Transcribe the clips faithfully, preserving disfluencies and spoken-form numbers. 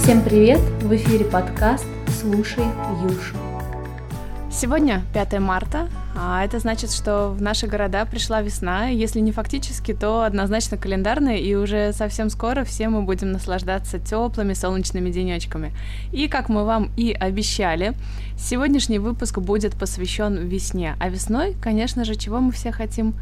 Всем привет! В эфире подкаст «Слушай Юшу». Сегодня пятое марта, а это значит, что в наши города пришла весна. Если не фактически, то однозначно календарная, и уже совсем скоро все мы будем наслаждаться теплыми солнечными денечками. И как мы вам и обещали, сегодняшний выпуск будет посвящен весне. А весной, конечно же, чего мы все хотим?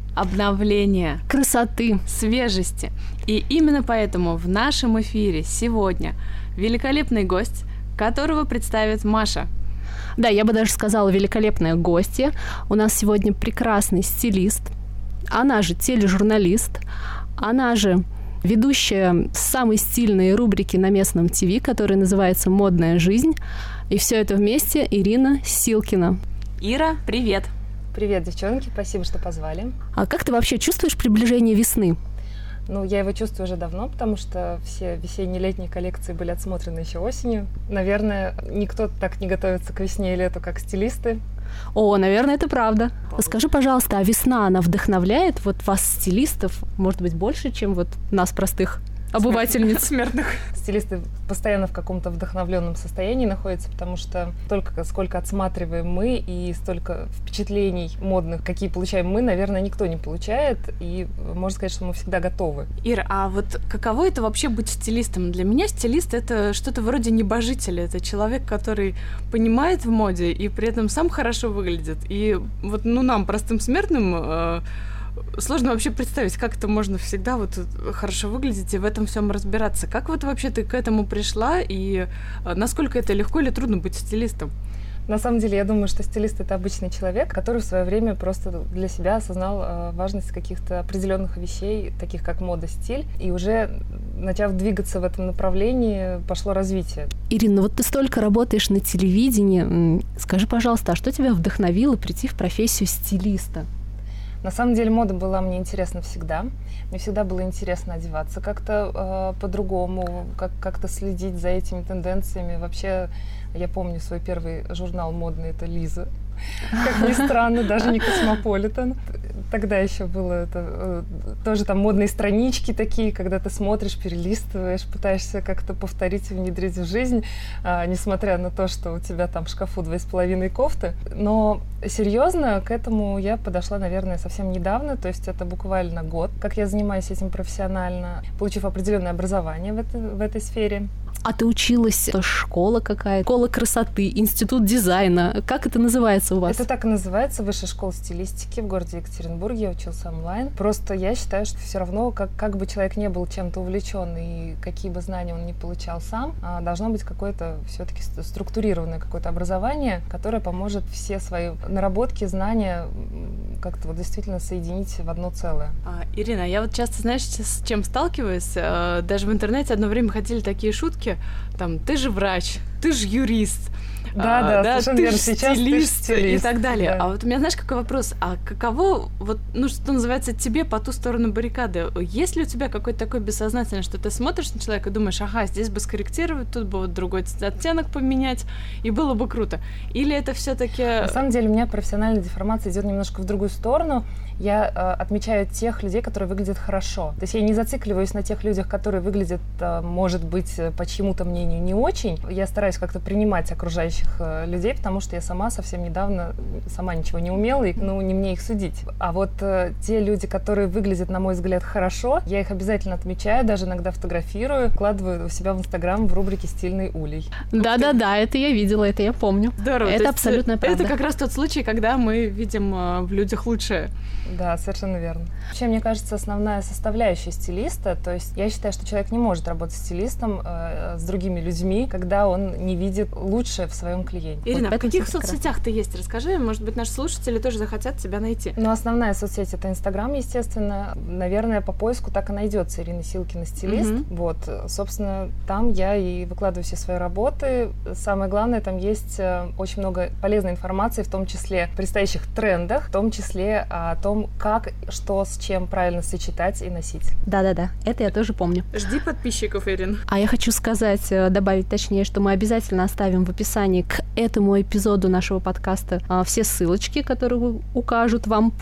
Обновления, красоты, свежести. И именно поэтому в нашем эфире сегодня великолепный гость, которого представит Маша. Да, я бы даже сказала великолепная гостья. У нас сегодня прекрасный стилист, она же тележурналист, она же ведущая самой стильной рубрики на местном ТВ, которая называется «Модная жизнь». И все это вместе Ирина Силкина. Ира, привет! Привет, девчонки, спасибо, что позвали. А как ты вообще чувствуешь приближение весны? Ну, я его чувствую уже давно, потому что все весенне-летние коллекции были отсмотрены еще осенью. Наверное, никто так не готовится к весне и лету, как стилисты. О, наверное, это правда. Скажи, пожалуйста, а весна, она вдохновляет вот вас, стилистов, может быть, больше, чем вот нас, простых обывательниц? Смертных. Стилисты постоянно в каком-то вдохновленном состоянии находятся, потому что столько, сколько отсматриваем мы, и столько впечатлений модных, какие получаем мы, наверное, никто не получает, и можно сказать, что мы всегда готовы. Ира, а вот каково это вообще быть стилистом? Для меня стилист — это что-то вроде небожителя, это человек, который понимает в моде и при этом сам хорошо выглядит. И вот, ну, нам, простым смертным, э- сложно вообще представить, как это можно всегда вот хорошо выглядеть и в этом всем разбираться. Как вот вообще ты к этому пришла, и насколько это легко или трудно быть стилистом? На самом деле, я думаю, что стилист — это обычный человек, который в свое время просто для себя осознал э, важность каких-то определенных вещей, таких как мода, стиль, и уже, начав двигаться в этом направлении, пошло развитие. Ирина, вот ты столько работаешь на телевидении. Скажи, пожалуйста, а что тебя вдохновило прийти в профессию стилиста? На самом деле мода была мне интересна всегда. Мне всегда было интересно одеваться как-то э, по-другому, как- как-то следить за этими тенденциями. Вообще, я помню свой первый журнал модный, это «Лиза». Как ни странно, даже не «Космополитен». Тогда еще было это, э, тоже там модные странички такие, когда ты смотришь, перелистываешь, пытаешься как-то повторить и внедрить в жизнь, э, несмотря на то, что у тебя там в шкафу две с половиной кофты. Но серьезно к этому я подошла, наверное, совсем недавно, то есть это буквально год, как я занимаюсь этим профессионально, получив определенное образование в, это, в этой сфере. А ты училась, школа какая-то, школа красоты, институт дизайна, как это называется у вас? Это так и называется, Высшая школа стилистики в городе Екатеринбурге, я учился онлайн. Просто я считаю, что все равно, как, как бы человек не был чем-то увлечен и какие бы знания он ни получал сам, должно быть какое-то все-таки структурированное какое-то образование, которое поможет все свои наработки, знания как-то вот действительно соединить в одно целое. А, Ирина, я вот часто, знаешь, с чем сталкиваюсь? Даже в интернете одно время ходили такие шутки, там, ты же врач, ты же юрист, да, а, да, да, совершенно ты верно. же Сейчас стилист, ты стилист и так далее. Да. А вот у меня, знаешь, какой вопрос? А каково, вот, ну, что называется, тебе по ту сторону баррикады? Есть ли у тебя какой-то такой бессознательный, что ты смотришь на человека и думаешь, ага, здесь бы скорректировать, тут бы вот другой оттенок поменять, и было бы круто? Или это все-таки... На самом деле у меня профессиональная деформация идет немножко в другую сторону. Я э, отмечаю тех людей, которые выглядят хорошо. То есть я не зацикливаюсь на тех людях, которые выглядят, э, может быть, по чьему-то мнению не очень. Я стараюсь как-то принимать окружающих э, людей, потому что я сама совсем недавно сама ничего не умела, и, ну, не мне их судить. А вот э, те люди, которые выглядят, на мой взгляд, хорошо, я их обязательно отмечаю, даже иногда фотографирую, вкладываю у себя в Инстаграм в рубрике «Стильный улей». Да-да-да, это я видела, это я помню. Здорово. Это абсолютно правда. Это как раз тот случай, когда мы видим э, в людях лучшее. Да, совершенно верно. Вообще, мне кажется, основная составляющая стилиста, то есть я считаю, что человек не может работать стилистом э, с другими людьми, когда он не видит лучшее в своем клиенте. Ирина, вот в каких соцсетях ты есть? Расскажи, может быть, наши слушатели тоже захотят тебя найти. Ну, основная соцсеть — это Инстаграм, естественно. Наверное, по поиску так и найдется Ирина Силкина, стилист. Mm-hmm. Вот, собственно, там я и выкладываю все свои работы. Самое главное, там есть очень много полезной информации, в том числе о предстоящих трендах, в том числе о том, как, что с чем правильно сочетать и носить. Да-да-да, это я тоже помню. Жди подписчиков, Ирин. А я хочу сказать, добавить точнее, что мы обязательно оставим в описании к этому эпизоду нашего подкаста все ссылочки, которые укажут вам путь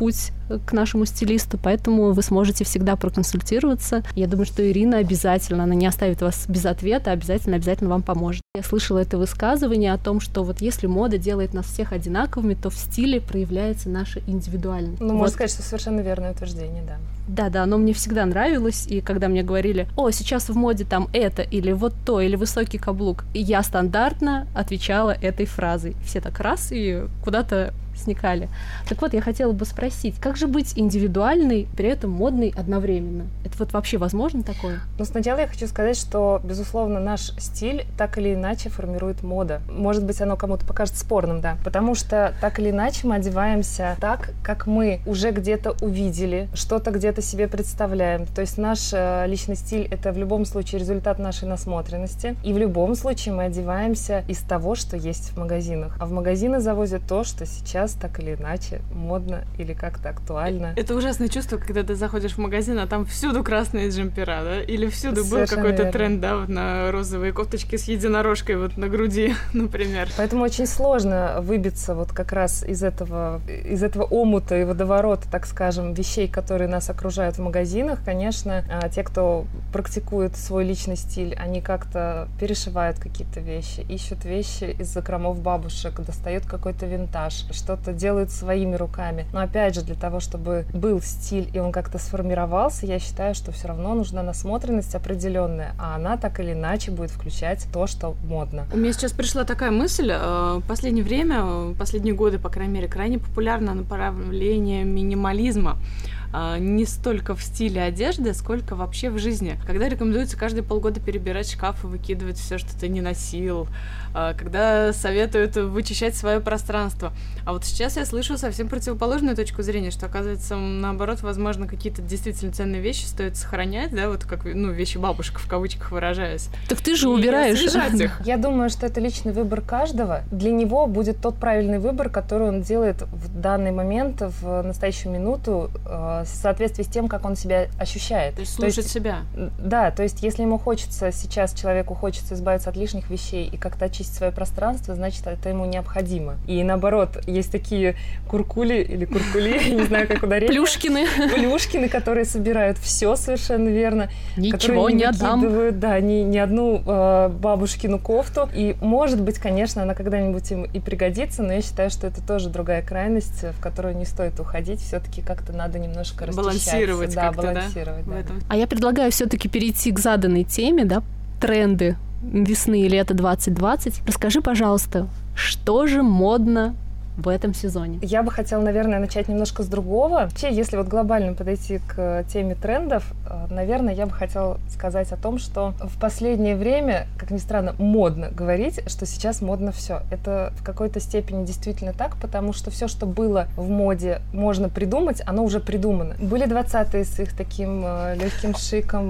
к нашему стилисту, поэтому вы сможете всегда проконсультироваться. Я думаю, что Ирина обязательно, она не оставит вас без ответа, обязательно-обязательно вам поможет. Я слышала это высказывание о том, что вот если мода делает нас всех одинаковыми, то в стиле проявляется наша индивидуальность. Ну, вот. можно сказать, что совершенно верное утверждение, да. Да-да, оно мне всегда нравилось, и когда мне говорили, о, сейчас в моде там это, или вот то, или высокий каблук, и я стандартно отвечала этой фразой. Все так раз и куда-то сникали. Так вот, я хотела бы спросить, как же быть индивидуальной, при этом модной одновременно? Это вот вообще возможно такое? Ну, сначала я хочу сказать, что, безусловно, наш стиль так или иначе формирует мода. Может быть, оно кому-то покажется спорным, да, потому что так или иначе мы одеваемся так, как мы уже где-то увидели, что-то где-то себе представляем. То есть наш э, личный стиль — это в любом случае результат нашей насмотренности, и в любом случае мы одеваемся из того, что есть в магазинах. А в магазины завозят то, что сейчас так или иначе модно или как-то актуально. Это ужасное чувство, когда ты заходишь в магазин, а там всюду красные джемпера, да? Или всюду Совершенно был какой-то верно. тренд, да, вот на розовые кофточки с единорожкой вот на груди, например. Поэтому очень сложно выбиться вот как раз из этого, из этого омута и водоворота, так скажем, вещей, которые нас окружают в магазинах. Конечно, те, кто практикует свой личный стиль, они как-то перешивают какие-то вещи, ищут вещи из закромов бабушек, достают какой-то винтаж, что что-то делают своими руками. Но опять же, для того, чтобы был стиль и он как-то сформировался, я считаю, что все равно нужна насмотренность определенная, а она так или иначе будет включать то, что модно. У меня сейчас пришла такая мысль. В последнее время, последние годы, по крайней мере, крайне популярно направление минимализма. Не столько в стиле одежды, сколько вообще в жизни. Когда рекомендуется каждые полгода перебирать шкаф и выкидывать все, что ты не носил, когда советуют вычищать свое пространство. А вот сейчас я слышу совсем противоположную точку зрения, что, оказывается, наоборот, возможно, какие-то действительно ценные вещи стоит сохранять, да, вот как, ну, вещи бабушек, в кавычках выражаясь. Так ты же убираешь. Их. Я думаю, что это личный выбор каждого. Для него будет тот правильный выбор, который он делает в данный момент, в настоящую минуту, в соответствии с тем, как он себя ощущает. То есть слушать то есть, себя. Да, то есть если ему хочется, сейчас человеку хочется избавиться от лишних вещей и как-то очистить свое пространство, значит, это ему необходимо. И наоборот, есть такие куркули или куркули, не знаю, как ударить. Плюшкины. Плюшкины, которые собирают все совершенно верно. Ничего не отдам. Да, ни, ни одну э, бабушкину кофту. И, может быть, конечно, она когда-нибудь им и пригодится, но я считаю, что это тоже другая крайность, в которую не стоит уходить. Все-таки как-то надо немножко балансировать да, как-то, балансировать, да? да. В этом. А я предлагаю все-таки перейти к заданной теме, да, тренды весны и лета двадцать двадцать. Расскажи, пожалуйста, что же модно в этом сезоне? Я бы хотела, наверное, начать немножко с другого. Вообще, если вот глобально подойти к теме трендов, наверное, я бы хотела сказать о том, что в последнее время, как ни странно, модно говорить, что сейчас модно все. Это в какой-то степени действительно так, потому что все, что было в моде, можно придумать, оно уже придумано. Были двадцатые с их таким э, легким шиком,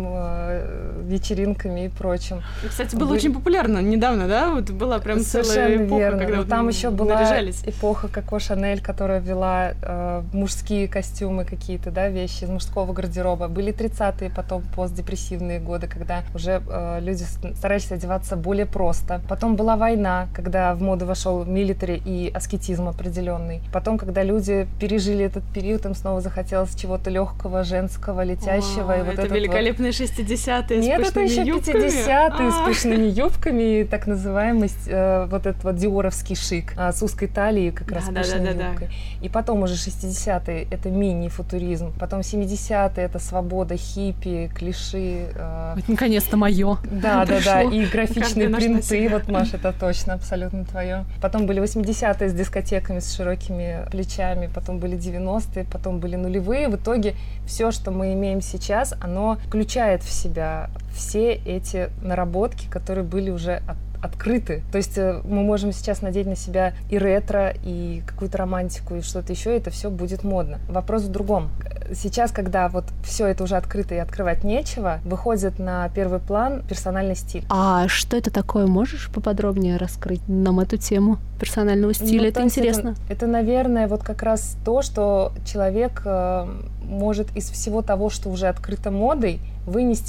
э, вечеринками и прочим. Кстати, было Вы... очень популярно недавно, да? Вот была прям Совершенно целая эпоха, верно. когда вот там еще была наряжались. эпоха Коко Шанель, которая ввела э, мужские костюмы какие-то, да, вещи из мужского гардероба. Были тридцатые, потом постдепрессивные годы, когда уже э, люди старались одеваться более просто. Потом была война, когда в моду вошел милитари и аскетизм определенный. Потом, когда люди пережили этот период, им снова захотелось чего-то легкого, женского, летящего. О, и вот это этот великолепные шестидесятые Нет, с пышными это еще юбками. пятидесятые с пышными юбками, так называемый э, вот этот вот диоровский шик э, с узкой талией, как раз да, пышной да, да, юбкой. да. И потом уже шестидесятые — это мини-футуризм. Потом семидесятые — это свобода, хиппи, клиши. Э... Вот наконец-то мое. Да, да, да. И графичные Каждый принты. Вот, Маша, это точно абсолютно твое. Потом были восьмидесятые с дискотеками, с широкими плечами. Потом были девяностые, потом были нулевые. В итоге все, что мы имеем сейчас, оно включает в себя все эти наработки, которые были уже от открыты. То есть мы можем сейчас надеть на себя и ретро, и какую-то романтику, и что-то еще, и это все будет модно. Вопрос в другом. Сейчас, когда вот все это уже открыто и открывать нечего, выходит на первый план персональный стиль. А что это такое? Можешь поподробнее раскрыть нам эту тему персонального стиля? Ну, это интересно. Это, это, наверное, вот как раз то, что человек э, может из всего того, что уже открыто модой, вынести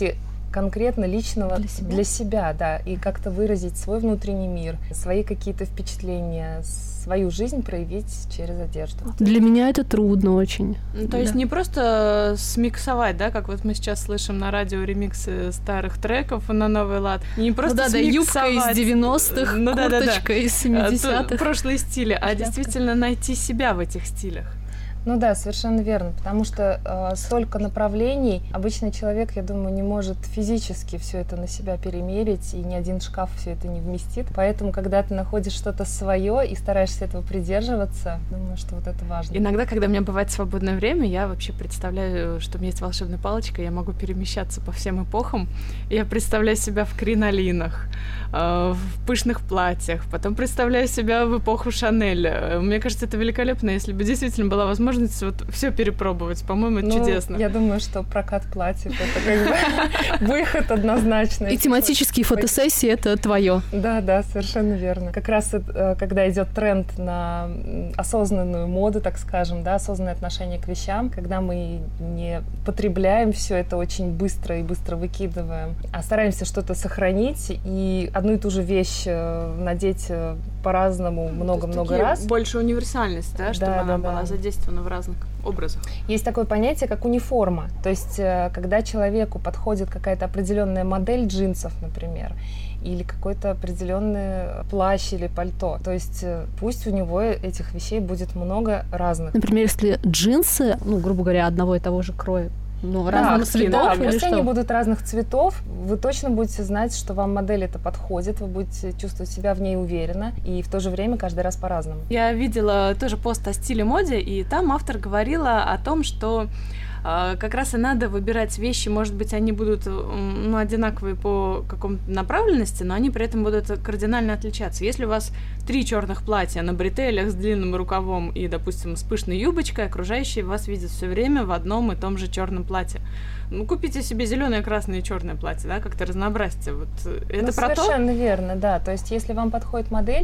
конкретно личного для себя. для себя, да, и как-то выразить свой внутренний мир, свои какие-то впечатления, свою жизнь проявить через одежду. Для меня это трудно очень. Ну, то есть Да. не просто смиксовать, да, как вот мы сейчас слышим на радио ремиксы старых треков на новый лад. Не просто Ну да, да, юбка смиксовать, из девяностых, ну, да, да, да. курточка из а, семидесятых. то- прошлые стили, а Шляпка. действительно найти себя в этих стилях. Ну да, совершенно верно, потому что э, столько направлений, обычный человек, я думаю, не может физически все это на себя перемерить, и ни один шкаф все это не вместит. Поэтому, когда ты находишь что-то свое и стараешься этого придерживаться, думаю, что вот это важно. Иногда, когда у меня бывает свободное время, я вообще представляю, что у меня есть волшебная палочка, я могу перемещаться по всем эпохам. И я представляю себя в кринолинах, э, в пышных платьях, потом представляю себя в эпоху Шанель. Э, Мне кажется, это великолепно, если бы действительно была возможность вот все перепробовать. По-моему, это Ну, чудесно. Я думаю, что прокат платьев — это как бы выход однозначно. И тематические фотосессии — это твое. Да, да, совершенно верно. Как раз э, когда идет тренд на м, осознанную моду, так скажем, да, осознанное отношение к вещам, когда мы не потребляем все это очень быстро и быстро выкидываем, а стараемся что-то сохранить и одну и ту же вещь э, надеть э, по-разному много-много Такие раз. больше универсальность, да, чтобы Да, она да, была да. задействована в разных образах. Есть такое понятие, как униформа. То есть, э, когда человеку подходит какая-то определенная модель джинсов, например, или какой-то определенный плащ или пальто. То есть э, пусть у него этих вещей будет много разных. Например, если джинсы, ну, грубо говоря, одного и того же кроя, ну, Да, разных пусть- цветов да, или пусть что? они будут разных цветов, вы точно будете знать, что вам модель это подходит, вы будете чувствовать себя в ней уверенно, и в то же время каждый раз по-разному. Я видела тоже пост о стиле моде, и там автор говорила о том, что э, как раз и надо выбирать вещи, может быть, они будут м, ну, одинаковые по какому-то направленности, но они при этом будут кардинально отличаться. Если у вас три черных платья на бретелях с длинным рукавом и, допустим, с пышной юбочкой, окружающие вас видят все время в одном и том же черном платье. Ну, купите себе зеленое, красное и черное платье, да, как-то разнообразьте. Вот это Ну, про то? совершенно верно, да. То есть, если вам подходит модель,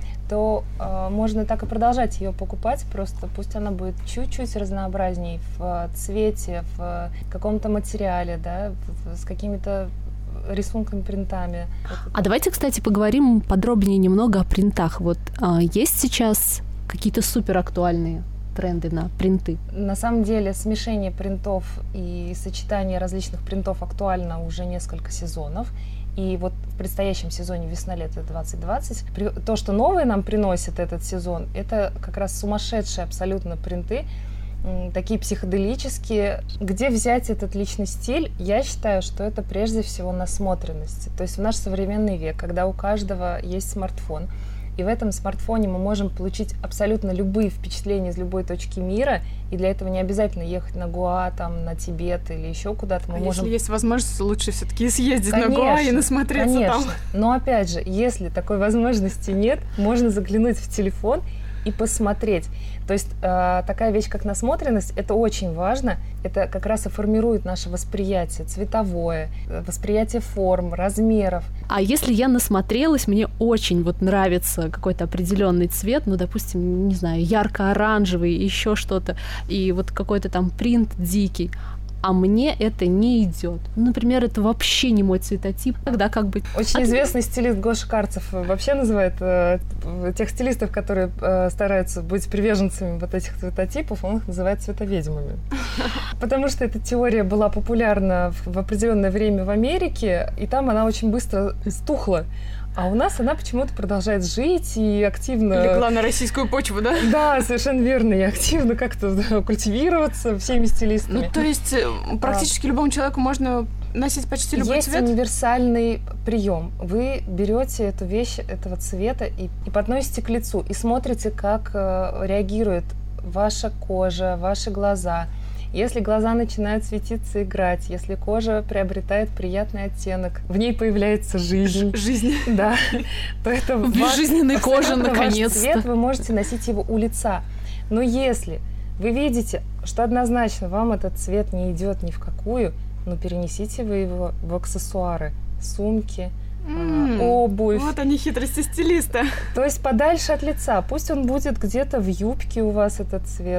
то э, можно так и продолжать ее покупать, просто пусть она будет чуть-чуть разнообразней в цвете, в каком-то материале, да, в- с какими-то рисунками, принтами. А давайте, кстати, поговорим подробнее немного о принтах. Вот а, есть сейчас какие-то супер актуальные тренды на принты? На самом деле смешение принтов и сочетание различных принтов актуально уже несколько сезонов. И вот в предстоящем сезоне весна-лето двадцать двадцать при- то, что новое нам приносит этот сезон, это как раз сумасшедшие абсолютно принты, м, такие психоделические. Где взять этот личный стиль? Я считаю, что это прежде всего насмотренность. То есть в наш современный век, когда у каждого есть смартфон, и в этом смартфоне мы можем получить абсолютно любые впечатления из любой точки мира, и для этого не обязательно ехать на Гоа, там, на Тибет или еще куда-то. Мы А можем... если есть возможность, лучше все-таки съездить Конечно, на Гоа и насмотреться конечно. там. Но опять же, если такой возможности нет, можно заглянуть в телефон и посмотреть. То есть э, такая вещь, как насмотренность, это очень важно. Это как раз и формирует наше восприятие цветовое, э, восприятие форм, размеров. А если я насмотрелась, мне очень вот нравится какой-то определенный цвет, ну, допустим, не знаю, ярко-оранжевый, еще что-то, и вот какой-то там принт дикий, а мне это не идет. Например, это вообще не мой цветотип. Тогда как быть? Очень А- известный стилист Гоша Карцев вообще называет э, тех стилистов, которые э, стараются быть приверженцами вот этих цветотипов, он их называет цветоведьмами. Потому что эта теория была популярна в, в определенное время в Америке, и там она очень быстро стухла. А у нас она почему-то продолжает жить и активно... Легла на российскую почву, да? Да, совершенно верно, и активно как-то да, культивироваться всеми стилистами. Ну, то есть э, практически любому человеку можно носить почти любой Есть цвет? универсальный прием. Вы берете эту вещь этого цвета и, и подносите к лицу, и смотрите, как э, реагирует ваша кожа, ваши глаза. Если глаза начинают светиться, играть, если кожа приобретает приятный оттенок, в ней появляется жизнь, Жизнь. да, то это В ваш- безжизненной коже, абсолютно ваш наконец-то. цвет, вы можете носить его у лица. Но если вы видите, что однозначно вам этот цвет не идет ни в какую, ну перенесите вы его в аксессуары, сумки, М, а, обувь. Вот они, хитрости стилиста. То есть подальше от лица. Пусть он будет где-то в юбке у вас этот цвет.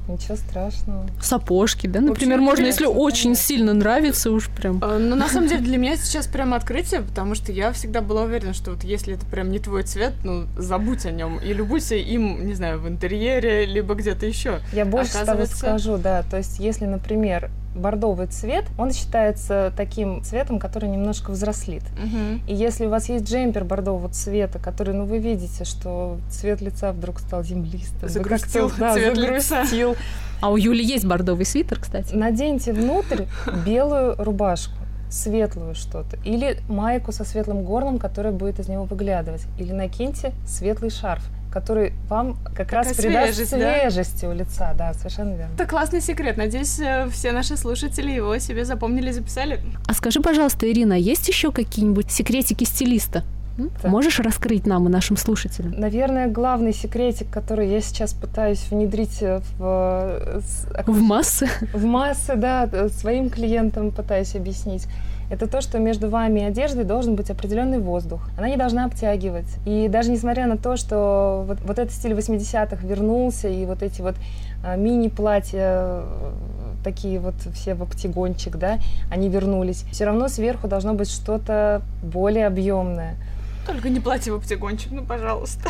Ничего страшного. Сапожки, да, например, можно, если очень сильно нравится, уж прям. А, ну, на самом деле, для меня сейчас прям открытие, потому что я всегда была уверена, что вот если это прям не твой цвет, ну, забудь о нем и любуйся им, не знаю, в интерьере, либо где-то еще. Я больше Оказывается... того скажу, да, то есть если, например, бордовый цвет, он считается таким цветом, который немножко взрослит. Угу. И если у вас есть джемпер бордового цвета, который, ну, вы видите, что цвет лица вдруг стал землистым. Загрустил да, цвет загрустил. лица. А у Юли есть бордовый свитер, кстати. Наденьте внутрь белую рубашку, светлую что-то, или майку со светлым горлом, которая будет из него выглядывать, или накиньте светлый шарф, который вам как Такая раз придаст свежесть, свежести да? у лица. Да, совершенно верно. Это классный секрет. Надеюсь, все наши слушатели его себе запомнили и записали. А скажи, пожалуйста, Ирина, есть еще какие-нибудь секретики стилиста? Да. Можешь раскрыть нам и нашим слушателям? Наверное, главный секретик, который я сейчас пытаюсь внедрить в... В массы? В массы, да, своим клиентам пытаюсь объяснить. Это то, что между вами и одеждой должен быть определенный воздух. Она не должна обтягивать. И даже несмотря на то, что вот, вот этот стиль восьмидесятых вернулся, и вот эти вот а, мини-платья, такие вот все в обтягончик, да, они вернулись, все равно сверху должно быть что-то более объемное. Только не платье в обтягончик, ну, пожалуйста.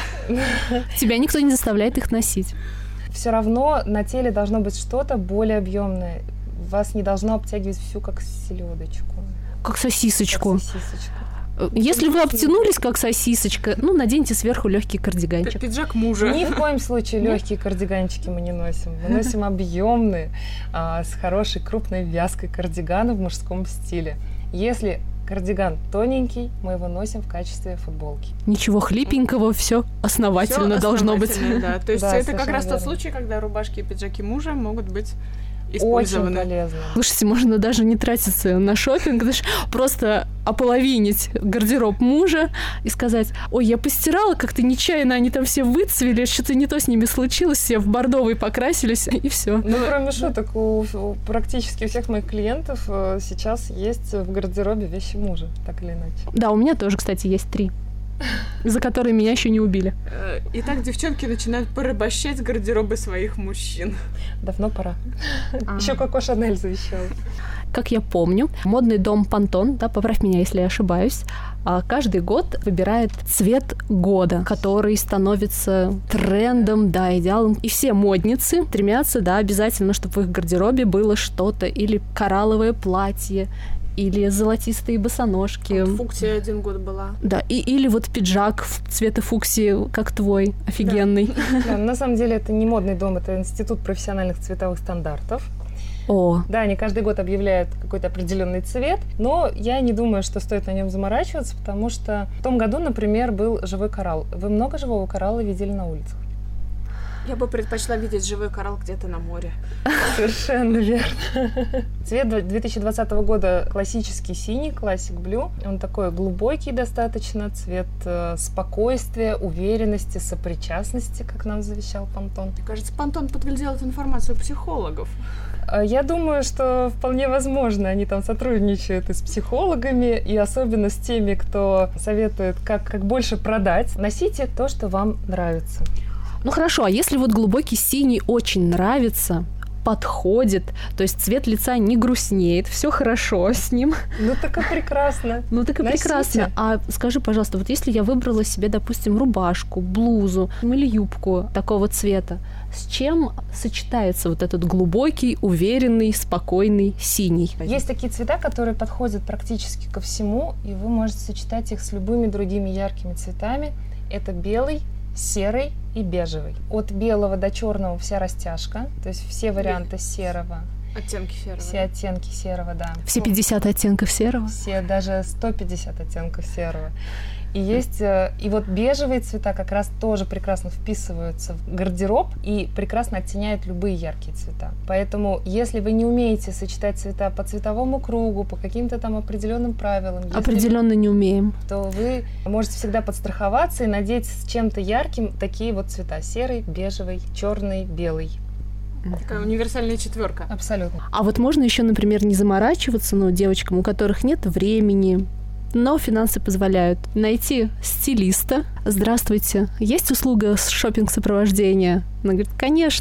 Тебя никто не заставляет их носить. Все равно на теле должно быть что-то более объемное. Вас не должно обтягивать всю как селедочку. Как сосисочку. Как сосисочку. Если вы обтянулись как сосисочка, ну, наденьте сверху легкий кардиганчик. Пиджак мужа. Ни в коем случае легкие кардиганчики мы не носим. Мы носим объемные, а, с хорошей крупной вязкой кардиганы в мужском стиле. Если кардиган тоненький, мы его носим в качестве футболки. Ничего хлипенького, все основательно Всё должно быть. Да. То есть да, это как раз верно. тот случай, когда рубашки и пиджаки мужа могут быть использованы. Очень полезно. Слушайте, можно даже не тратиться на шопинг, даже просто ополовинить гардероб мужа и сказать: ой, я постирала как-то нечаянно, они там все выцвели, что-то не то с ними случилось, все в бордовый покрасились, и все. Ну, кроме шуток, у, у практически у всех моих клиентов сейчас есть в гардеробе вещи мужа, так или иначе. Да, у меня тоже, кстати, есть три, за которые меня еще не убили. Итак, девчонки начинают порабощать гардеробы своих мужчин. Давно пора. А. Еще Коко Шанель завещала. Как я помню, модный дом Пантон, да, поправь меня, если я ошибаюсь, каждый год выбирает цвет года, который становится трендом, да, идеалом. И все модницы стремятся, да, обязательно, чтобы в их гардеробе было что-то, или коралловое платье, или золотистые босоножки. Вот фуксия один год была. Да, и, или вот пиджак цвета фуксии, как твой, офигенный. Да. Да, на самом деле это не модный дом, это Институт профессиональных цветовых стандартов. О. Да, они каждый год объявляют какой-то определенный цвет, но я не думаю, что стоит на нем заморачиваться, потому что в том году, например, был живой коралл. Вы много живого коралла видели на улицах? Я бы предпочла видеть живой коралл где-то на море. Совершенно верно. Цвет две тысячи двадцатого года классический синий, Classic Blue. Он такой глубокий достаточно, цвет э, спокойствия, уверенности, сопричастности, как нам завещал Пантон. Мне кажется, Пантон подтвердил эту информацию психологов. Я думаю, что вполне возможно, они там сотрудничают и с психологами, и особенно с теми, кто советует, как, как больше продать. Носите то, что вам нравится. Ну хорошо, а если вот глубокий синий очень нравится, подходит, то есть цвет лица не грустнеет, все хорошо с ним. Ну так и прекрасно. Ну так и Носите. прекрасно. А скажи, пожалуйста, вот если я выбрала себе, допустим, рубашку, блузу или юбку такого цвета, с чем сочетается вот этот глубокий, уверенный, спокойный синий? Есть такие цвета, которые подходят практически ко всему, и вы можете сочетать их с любыми другими яркими цветами. Это белый, серый и бежевый. От белого до черного вся растяжка, то есть все варианты серого. Оттенки серого. Все оттенки серого, да. Все пятьдесят оттенков серого? Все, даже сто пятьдесят оттенков серого. И есть, и вот бежевые цвета как раз тоже прекрасно вписываются в гардероб и прекрасно оттеняют любые яркие цвета. Поэтому, если вы не умеете сочетать цвета по цветовому кругу, по каким-то там определенным правилам, определенно не умеем, то вы можете всегда подстраховаться и надеть с чем-то ярким такие вот цвета: серый, бежевый, черный, белый. Такая универсальная четверка. Абсолютно. А вот можно еще, например, не заморачиваться, но девочкам, у которых нет времени, но финансы позволяют, найти стилиста. Здравствуйте, есть услуга шопинг-сопровождения? Она говорит: конечно.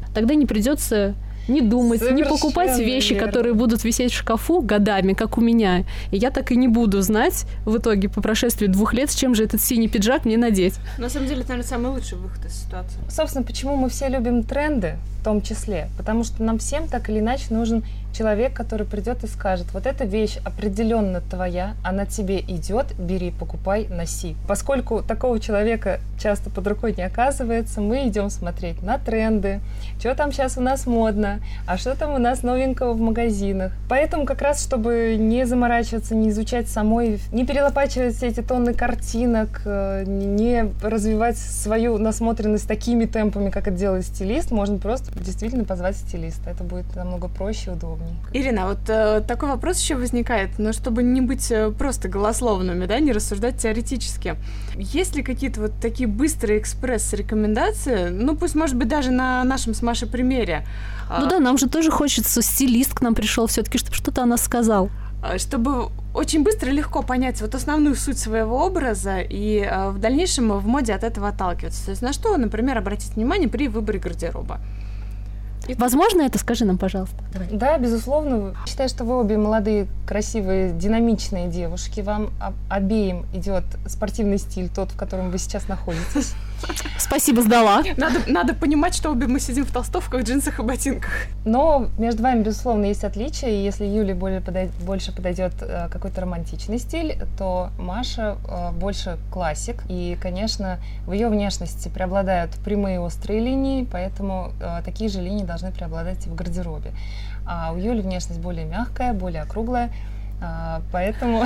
Тогда не придется не думать, не покупать вещи, верно. которые будут висеть в шкафу годами, как у меня. И я так и не буду знать в итоге по прошествии двух лет, с чем же этот синий пиджак мне надеть. На самом деле, это, наверное, самый лучший выход из ситуации. Собственно, почему мы все любим тренды, в том числе, потому что нам всем так или иначе нужен человек, который придет и скажет: вот эта вещь определенно твоя, она тебе идет, бери, покупай, носи. Поскольку такого человека часто под рукой не оказывается, мы идем смотреть на тренды, что там сейчас у нас модно, а что там у нас новенького в магазинах. Поэтому как раз, чтобы не заморачиваться, не изучать самой, не перелопачивать все эти тонны картинок, не развивать свою насмотренность такими темпами, как это делает стилист, можно просто действительно позвать стилиста. Это будет намного проще и удобнее. Ирина, вот э, такой вопрос еще возникает, но чтобы не быть э, просто голословными, да, не рассуждать теоретически. Есть ли какие-то вот такие быстрые экспресс-рекомендации, ну пусть, может быть, даже на нашем с Машей примере? Ну да, нам же тоже хочется, стилист к нам пришел все-таки, чтобы что-то о нас сказал. Чтобы очень быстро и легко понять вот основную суть своего образа и э, в дальнейшем в моде от этого отталкиваться. То есть на что, например, обратить внимание при выборе гардероба? Возможно это? Скажи нам, пожалуйста. Давай. Да, безусловно. Считаю, что вы обе молодые, красивые, динамичные девушки. Вам обеим идет спортивный стиль, тот, в котором вы сейчас находитесь. Спасибо, сдала. Надо, надо понимать, что обе мы сидим в толстовках, джинсах и ботинках. Но между вами, безусловно, есть отличия. И если Юле более подойд... больше подойдет э, какой-то романтичный стиль, то Маша э, больше классик. И, конечно, в ее внешности преобладают прямые острые линии, поэтому э, такие же линии должны преобладать и в гардеробе. А у Юли внешность более мягкая, более округлая. А, поэтому...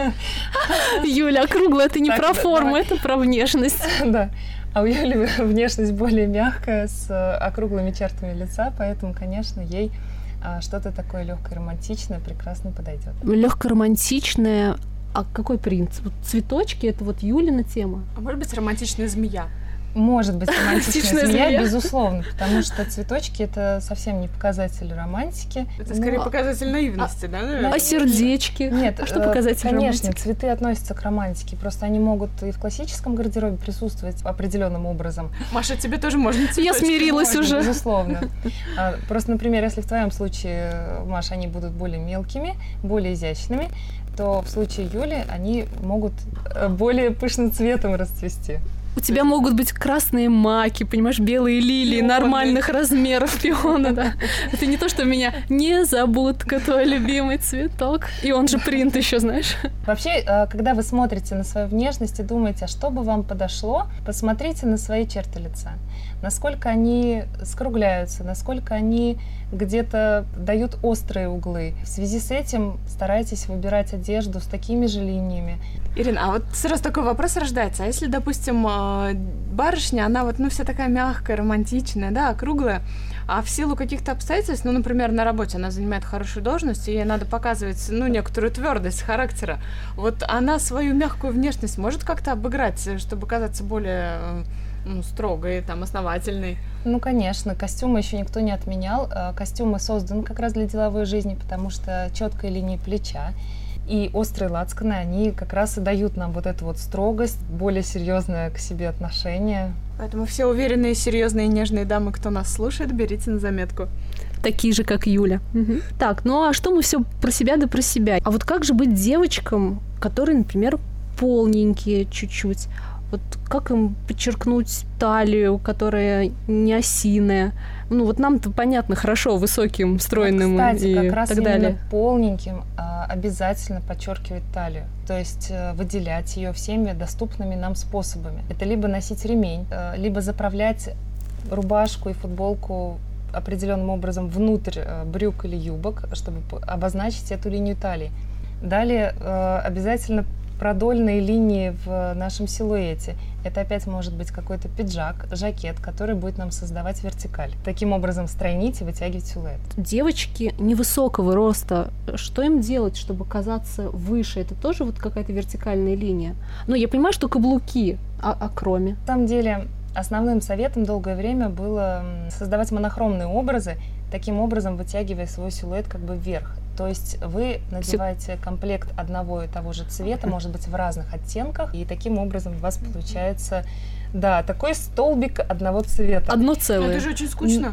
Юля, округлая, это не Так, про да, форму, давай. это про внешность. Да. А у Юли внешность более мягкая, с округлыми чертами лица, поэтому, конечно, ей а, что-то такое легкое, романтичное прекрасно подойдет. Легко романтичная. А какой принцип? Вот цветочки, это вот Юлина тема. А может быть, романтичная змея? Может быть, романтичная змея, змея. безусловно, потому что цветочки — это совсем не показатель романтики. Это скорее Но- показатель наивности, да, наверное? А сердечки? Нет, А что э, показатель конечно, романтики? цветы относятся к романтике, просто они могут и в классическом гардеробе присутствовать определенным образом. Маша, тебе тоже можно Я цветочки. смирилась Можно, уже. безусловно. А, Просто, например, если в твоем случае, Маша, они будут более мелкими, более изящными, то в случае Юли они могут э, более пышным цветом расцвести. У тебя могут быть красные маки, понимаешь, белые лилии, Пионы. нормальных размеров, пионы, да. Это не то, что у меня незабудка, твой любимый цветок. И он же принт еще, знаешь. Вообще, э, когда вы смотрите на свою внешность и думаете, а что бы вам подошло, посмотрите на свои черты лица. Насколько они скругляются, насколько они где-то дают острые углы. В связи с этим старайтесь выбирать одежду с такими же линиями. Ирина, а вот сразу такой вопрос рождается. А если, допустим, э, барышня, она вот, ну, вся такая мягкая, романтичная, да, округлая, а в силу каких-то обстоятельств, ну, например, на работе она занимает хорошую должность, и ей надо показывать, ну, некоторую твердость характера, вот она свою мягкую внешность может как-то обыграть, чтобы казаться более, э, ну, строгой, там, основательной? Ну, конечно, костюмы еще никто не отменял. Э, Костюмы созданы как раз для деловой жизни, потому что четкая линия плеча и острые лацканы, они как раз и дают нам вот эту вот строгость, более серьезное к себе отношение. Поэтому все уверенные, серьезные, нежные дамы, кто нас слушает, берите на заметку. Такие же, как Юля. Мгм. Так, ну а что мы все про себя да про себя? А вот как же быть девочкам, которые, например, полненькие чуть-чуть? Вот как им подчеркнуть талию, которая не осиная? Ну вот нам-то понятно, хорошо, высоким, стройным Вот, кстати, и как раз так именно далее. полненьким а, обязательно подчеркивать талию, то есть э, выделять ее всеми доступными нам способами. Это либо носить ремень, э, либо заправлять рубашку и футболку определенным образом внутрь э, брюк или юбок, чтобы п- обозначить эту линию талии. Далее э, обязательно продольные линии в нашем силуэте. Это опять может быть какой-то пиджак, жакет, который будет нам создавать вертикаль. Таким образом стройнить и вытягивать силуэт. Девочки невысокого роста, что им делать, чтобы казаться выше? Это тоже вот какая-то вертикальная линия? Ну, я понимаю, что каблуки, а, а кроме? На самом деле, основным советом долгое время было м, создавать монохромные образы, таким образом вытягивая свой силуэт как бы вверх. То есть вы надеваете комплект одного и того же цвета, может быть, в разных оттенках, и таким образом у вас получается, да, такой столбик одного цвета. Одно Ну, целое. это же очень скучно.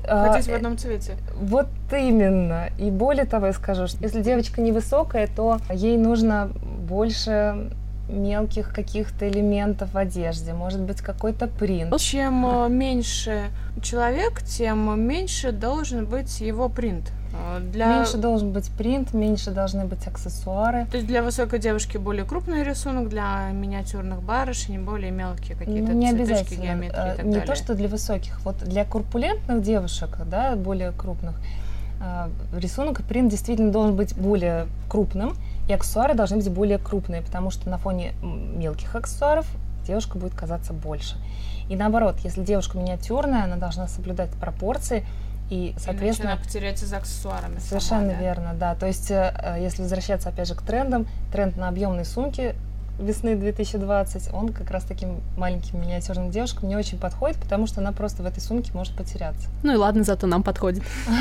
ходить а, в одном цвете. Вот именно. И более того, я скажу, что если девочка невысокая, то ей нужно больше мелких каких-то элементов в одежде, может быть, какой-то принт. Чем меньше человек, тем меньше должен быть его принт. Для... Меньше должен быть принт, меньше должны быть аксессуары. То есть для высокой девушки более крупный рисунок, для миниатюрных барышень более мелкие какие-то не цветочки, геометрии и так не далее. То, что для высоких. Вот для корпулентных девушек, да, более крупных, рисунок и принт действительно должен быть более крупным, и аксессуары должны быть более крупные, потому что на фоне мелких аксессуаров девушка будет казаться больше. И наоборот, если девушка миниатюрная, она должна соблюдать пропорции, и, соответственно... Иначе она потеряется за аксессуарами. Совершенно сама, да? верно, да. То есть, если возвращаться, опять же, к трендам, тренд на объемные сумки весны две тысячи двадцать, он как раз таким маленьким миниатюрным девушкам не очень подходит, потому что она просто в этой сумке может потеряться. Ну и ладно, зато нам подходит.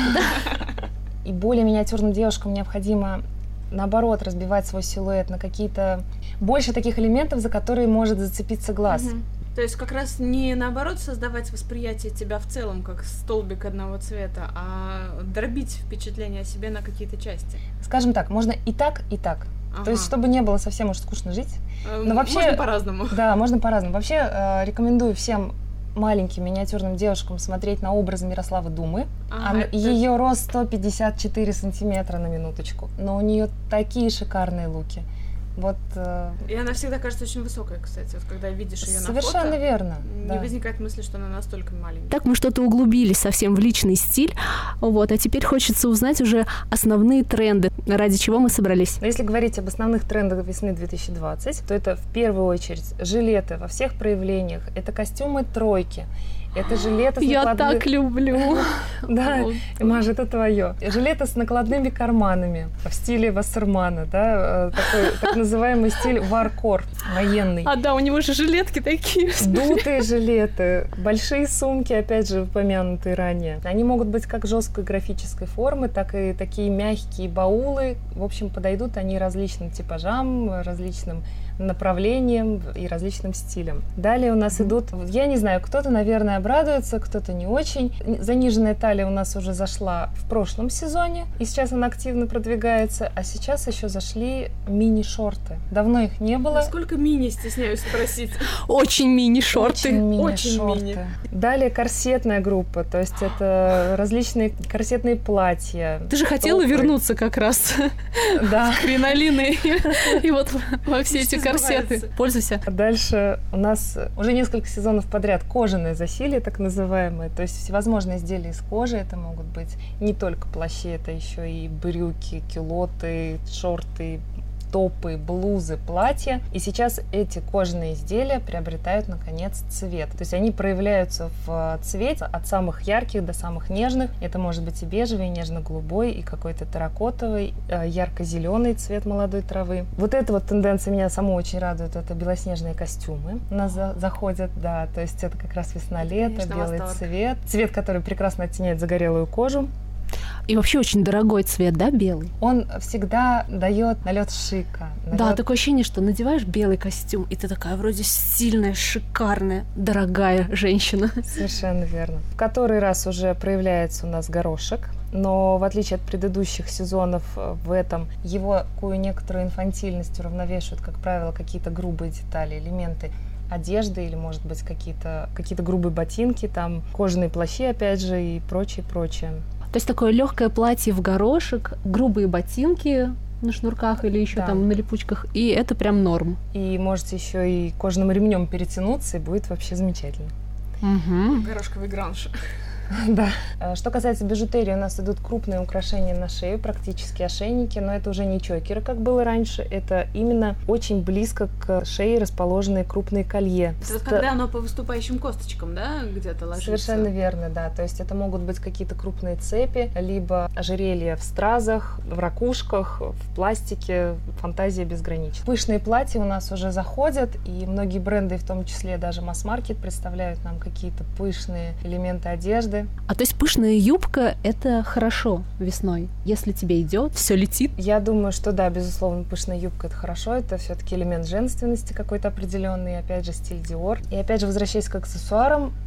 И более миниатюрным девушкам необходимо, наоборот, разбивать свой силуэт на какие-то... Больше таких элементов, за которые может зацепиться глаз. Угу. То есть как раз не наоборот создавать восприятие тебя в целом, как столбик одного цвета, а дробить впечатление о себе на какие-то части. Скажем так, можно и так, и так. Ага. То есть, чтобы не было совсем уж скучно жить. Но вообще, можно по-разному. Да, можно по-разному. Вообще, э, рекомендую всем маленьким миниатюрным девушкам смотреть на образы Мирославы Думы. Ага, это... Ее рост сто пятьдесят четыре сантиметра на минуточку. Но у нее такие шикарные луки. Вот, э... И она всегда кажется очень высокой, кстати, вот когда видишь ее на фото. Совершенно верно. Не да. возникает мысли, что она настолько маленькая. Так мы что-то углубились совсем в личный стиль, вот, а теперь хочется узнать уже основные тренды, ради чего мы собрались. Но если говорить об основных трендах весны две тысячи двадцать, то это в первую очередь жилеты во всех проявлениях, это костюмы тройки. Это жилеты с Я накладными... так люблю. Да, Маша, это твое. Жилеты с накладными карманами в стиле Вассермана, да, такой так называемый стиль варкор, военный. А да, у него же жилетки такие. Дутые жилеты, большие сумки, опять же, упомянутые ранее. Они могут быть как жесткой графической формы, так и такие мягкие баулы. В общем, подойдут они различным типажам, различным направлением и различным стилем. Далее у нас mm-hmm. идут, я не знаю, кто-то, наверное, обрадуется, кто-то не очень. Заниженная талия у нас уже зашла в прошлом сезоне, и сейчас она активно продвигается, а сейчас еще зашли мини-шорты. Давно их не было. Насколько мини, стесняюсь спросить? Очень мини-шорты. Очень мини-шорты. Мини. Далее корсетная группа, то есть это различные корсетные платья. Ты же хотела топы. Вернуться как раз да. к кринолины и вот во все эти корсеты. Пользуйся. Дальше у нас уже несколько сезонов подряд кожаное засилье, так называемое. То есть всевозможные изделия из кожи. Это могут быть не только плащи, это еще и брюки, кюлоты, шорты, топы, блузы, платья. И сейчас эти кожаные изделия приобретают, наконец, цвет. То есть они проявляются в цвете от самых ярких до самых нежных. Это может быть и бежевый, и нежно-голубой, и какой-то терракотовый, ярко-зеленый цвет молодой травы. Вот эта вот тенденция меня саму очень радует. Это белоснежные костюмы у нас за- заходят, да. То есть это как раз весна-лето, белый восторг. Цвет. Цвет, который прекрасно оттеняет загорелую кожу. И вообще очень дорогой цвет, да, белый? Он всегда дает налет шика. Налет... Да, такое ощущение, что надеваешь белый костюм, и ты такая вроде стильная, шикарная, дорогая женщина. Совершенно верно. В который раз уже проявляется у нас горошек, но в отличие от предыдущих сезонов в этом его такую некоторую инфантильность уравновешивают, как правило, какие-то грубые детали, элементы одежды или, может быть, какие-то, какие-то грубые ботинки, там кожаные плащи, опять же, и прочее, прочее. То есть такое легкое платье в горошек, грубые ботинки на шнурках или еще да. там на липучках, и это прям норм. И можете еще и кожаным ремнем перетянуться, и будет вообще замечательно. Угу. Горошковый гранж. Да. Что касается бижутерии, у нас идут крупные украшения на шею, практически ошейники, но это уже не чокеры, как было раньше, это именно очень близко к шее расположенные крупные колье. Это Ст... когда оно по выступающим косточкам, да, где-то ложится? Совершенно верно, да. То есть это могут быть какие-то крупные цепи, либо ожерелья в стразах, в ракушках, в пластике, фантазия безгранична. Пышные платья у нас уже заходят, и многие бренды, в том числе даже масс-маркет, представляют нам какие-то пышные элементы одежды. А то есть пышная юбка — это хорошо весной? Если тебе идет, все летит? Я думаю, что да, безусловно, пышная юбка — это хорошо. Это все-таки элемент женственности какой-то определенный, опять же, стиль Dior. И опять же, возвращаясь к аксессуарам,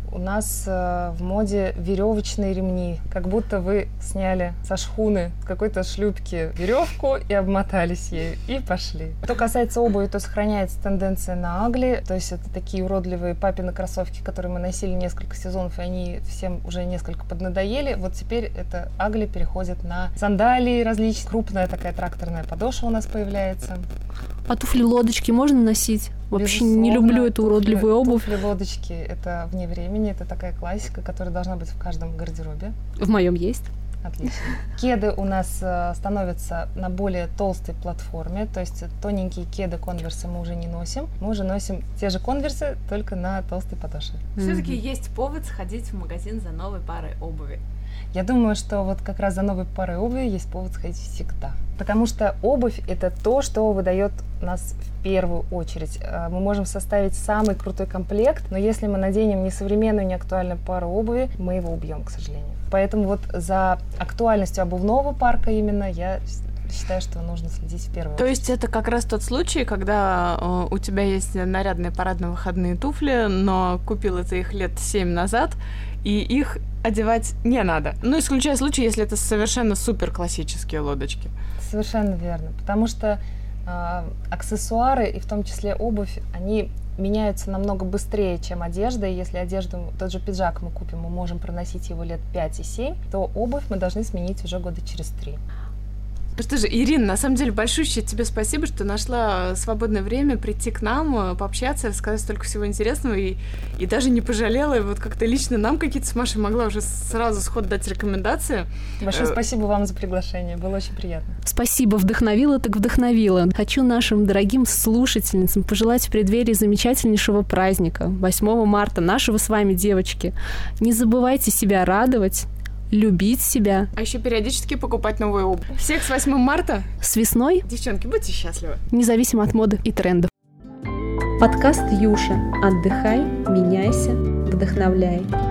у нас э, в моде веревочные ремни. Как будто вы сняли со шхуны, с какой-то шлюпки веревку и обмотались ею, и пошли. Что касается обуви, то сохраняется тенденция на агли. То есть это такие уродливые папины кроссовки, которые мы носили несколько сезонов, и они всем уже несколько поднадоели. Вот теперь это агли переходит на сандалии различные. Крупная такая тракторная подошва у нас появляется. А туфли-лодочки можно носить? Вообще Безусловно, не люблю эту уродливую туфли, обувь. Туфли-лодочки — это вне времени, это такая классика, которая должна быть в каждом гардеробе. В моем есть. Отлично. Кеды у нас э, становятся на более толстой платформе, то есть тоненькие кеды, конверсы мы уже не носим. Мы уже носим те же конверсы, только на толстой подошве. Все-таки mm-hmm. есть повод сходить в магазин за новой парой обуви. Я думаю, что вот как раз за новой парой обуви есть повод сходить всегда. Потому что обувь — это то, что выдает нас в первую очередь. Мы можем составить самый крутой комплект, но если мы наденем несовременную, неактуальную пару обуви, мы его убьем, к сожалению. Поэтому вот за актуальностью обувного парка именно я считаю, что нужно следить в первую очередь. То есть это как раз тот случай, когда э, у тебя есть нарядные парадно-выходные туфли, но купила ты их лет семь назад, и их одевать не надо. Ну, исключая случай, если это совершенно супер классические лодочки. Совершенно верно. Потому что э, аксессуары, и в том числе обувь, они меняются намного быстрее, чем одежда. И если одежду, тот же пиджак мы купим, мы можем проносить его лет пять и семь, то обувь мы должны сменить уже года через три. Ну что же, Ирина, на самом деле большущее тебе спасибо, что нашла свободное время прийти к нам, пообщаться, рассказать столько всего интересного, и, и даже не пожалела, и вот как-то лично нам какие-то с Машей могла уже сразу сход дать рекомендации. Большое спасибо вам за приглашение, было очень приятно. Спасибо, вдохновила так вдохновила. Хочу нашим дорогим слушательницам пожелать в преддверии замечательнейшего праздника, восьмого марта, нашего с вами, девочки. Не забывайте себя радовать, любить себя. А еще периодически покупать новую обувь. Всех с восьмым марта. С весной. Девчонки, будьте счастливы. Независимо от моды и трендов. Подкаст Юша. Отдыхай, меняйся, вдохновляй.